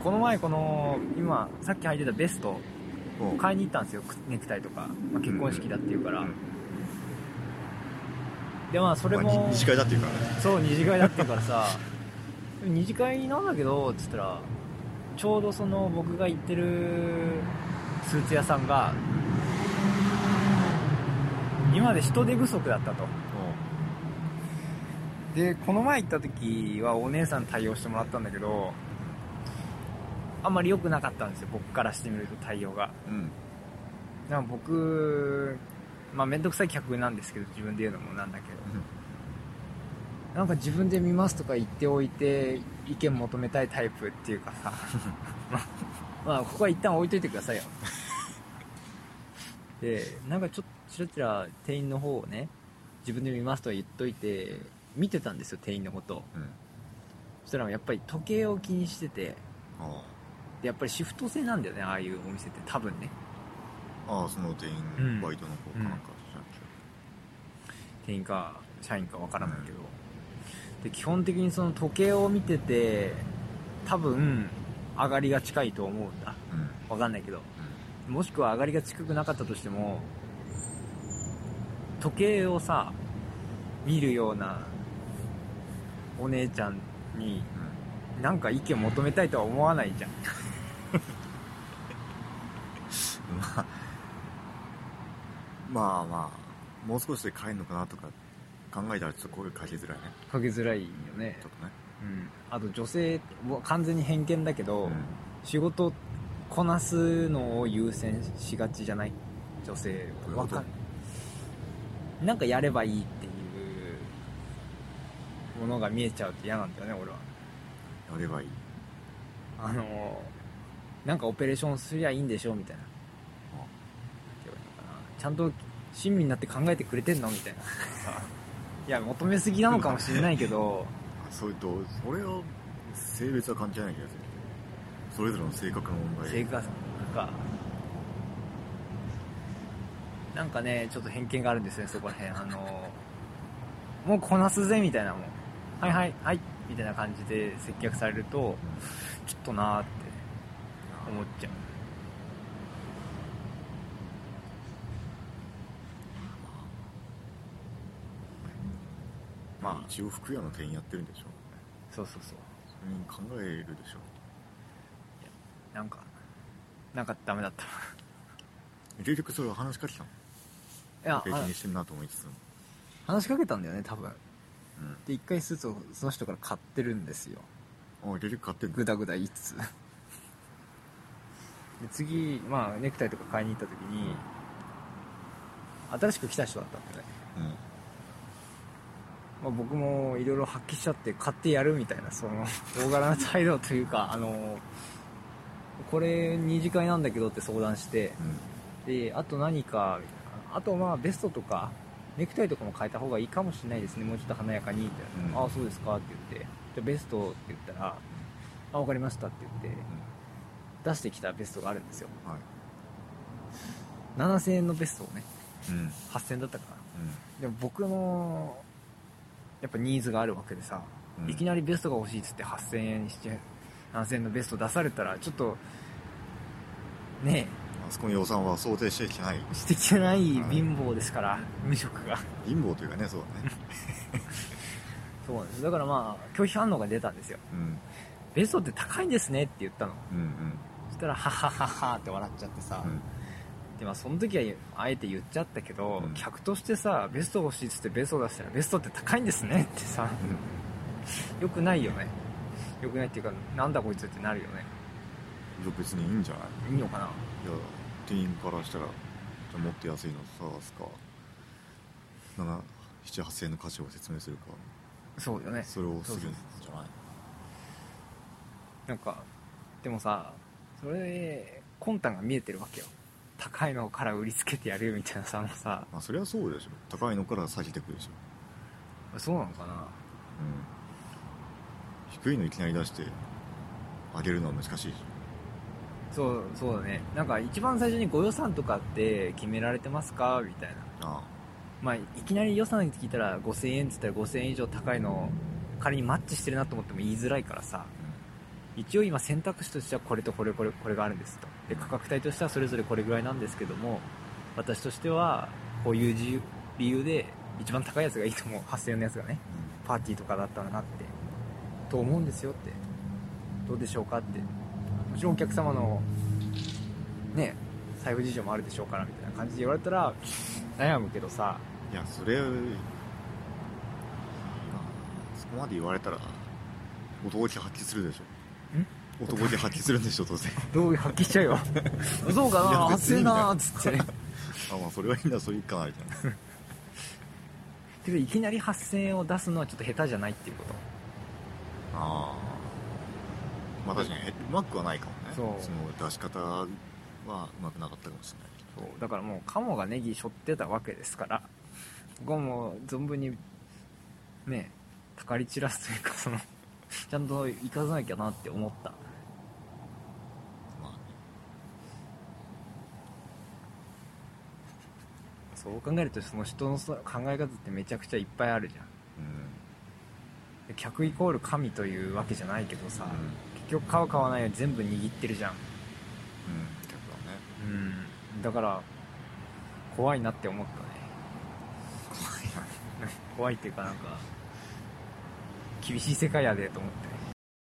この前今さっき履いてたベスト買いに行ったんですよ、ネクタイとか、まあ、結婚式だっていうから、でまあそれも、 まあ、二次会だっていうからね。 そう二次会だっていうからさ二次会なんだけどっつったら、ちょうどその僕が行ってるスーツ屋さんが今まで人手不足だったと。でこの前行った時はお姉さん対応してもらったんだけど、あんまり良くなかったんですよ、僕からしてみると対応が。なんか僕、まあ面倒くさい客なんですけど、自分で言うのもなんだけど、なんか自分で見ますとか言っておいて意見求めたいタイプっていうかさまあここは一旦置いといてくださいよでなんかちょっとちらちら店員の方をね、自分で見ますとは言っといて見てたんですよ、店員のこと、そしたらやっぱり時計を気にしてて、でやっぱりシフト制なんだよね、ああいうお店って多分ね。 その店員、バイトの子かなんか、 店員か社員か分からないけど、で基本的にその時計を見てて多分上がりが近いと思うんだ、分かんないけど、もしくは上がりが近くなかったとしても時計をさ見るようなお姉ちゃんになんか意見求めたいとは思わないじゃんまあもう少しで帰るのかなとか考えたらちょっと声かけづらいね。 かけづらいよね。 ちょっとね。 あと女性完全に偏見だけど、仕事こなすのを優先しがちじゃない、女性は。わかんない。なんかやればいいっていうものが見えちゃうって嫌なんだよね、俺は。 やればいい。 なんかオペレーションすりゃいいんでしょみたいな。ちゃんと親身になって考えてくれてんのみたいな。いや求めすぎなのかもしれないけどそれと俺は性別は関係ない気がする。それぞれの性格の問題。 性格かなんかね、ちょっと偏見があるんですよね、そこら辺。もうこなすぜみたいな、もうはいはいはいみたいな感じで接客されると、ちょっとなーって思っちゃう。 まあ一応服屋の店員やってるんでしょ。 そうそうそう。 それに考えるでしょ。 なんかダメだった結局それは話しかけたの。いや気にしてるなと思いつつ話しかけたんだよね多分、で一回スーツをその人から買ってるんですよ。 結局買ってんの。 グダグダ言いつつで次、まあネクタイとか買いに行った時に、新しく来た人だったんだよね。まあ、僕もいろいろ発揮しちゃって買ってやるみたいな、その大柄な態度というかこれ二次会なんだけどって相談して、であと何かあとまあベストとかネクタイとかも変えた方がいいかもしれないですね、もうちょっと華やかにみたいな、ああそうですかって言って、じゃベストって言ったら、あ分かりましたって言って、出してきたベストがあるんですよ、7000円のベストをね、8000円だったかな、でも僕のやっぱニーズがあるわけでさ、いきなりベストが欲しいっつって8000円にして7000円のベスト出されたらちょっとねえ、 あそこの予算は想定してきてない貧乏ですから、無職が貧乏というかね、そうだねそうなんです。だからまあ拒否反応が出たんですよ、ベストって高いんですねって言ったの、そしたらハハハハって笑っちゃってさ、でまあその時はあえて言っちゃったけど、客としてさベスト欲しいっつってベスト出したらベストって高いんですねってさ、よくないよね。よくないっていうか、なんだこいつってなるよね。 別にいいんじゃない。 いいのかな。いや店員からしたらじゃもっと安いの探すか7、7、8000円の価値を説明するか、 そうだよね、 それをするんじゃない。 なんかでもさ、それで魂胆が見えてるわけよ。高いのから売りつけてやるみたいなさ、もさ、 まあそれはそうでしょ。高いのから下げてくるでしょ。 そうなのかな。 低いのいきなり出して上げるのは難しい。 そうだね。なんか一番最初にご予算とかって決められてますかみたいな。まあいきなり予算聞いたら5000円って言ったら5000円以上高いの仮にマッチしてるなと思っても言いづらいからさ、 一応今選択肢としてはこれとこれがあるんですと。で価格帯としてはそれぞれこれぐらいなんですけども、私としてはこういう理由で一番高いやつがいいと思う、8000円のやつがね、パーティーとかだったらなってと思うんですよって、どうでしょうかって。もちろんお客様のね財布事情もあるでしょうからみたいな感じで言われたら悩むけどさ。 いやそれ、そこまで言われたら男気発揮するでしょ。男気発揮するんでしょ当然。 どう発揮しちゃうよそうかな、8000円なーっつってまあそれはいいんだ、それいいかなみたいなけどいきなり8000円を出すのはちょっと下手じゃないっていうこと。 ああ、まあ確かにうまくはないかもね。 そうその出し方はうまくなかったかもしれない。 そうだからもうカモがネギ背負ってたわけですから、僕はもう存分にねたかり散らすというか、そのちゃんと生かさなきゃなって思った。 まあね、 そう考えるとその人の考え方ってめちゃくちゃいっぱいあるじゃん。客イコール神というわけじゃないけどさ、結局買う買わないは全部握ってるじゃん。 客はね。 だから怖いなって思ったね。怖いっていうかなんか厳しい世界やでと思ってね。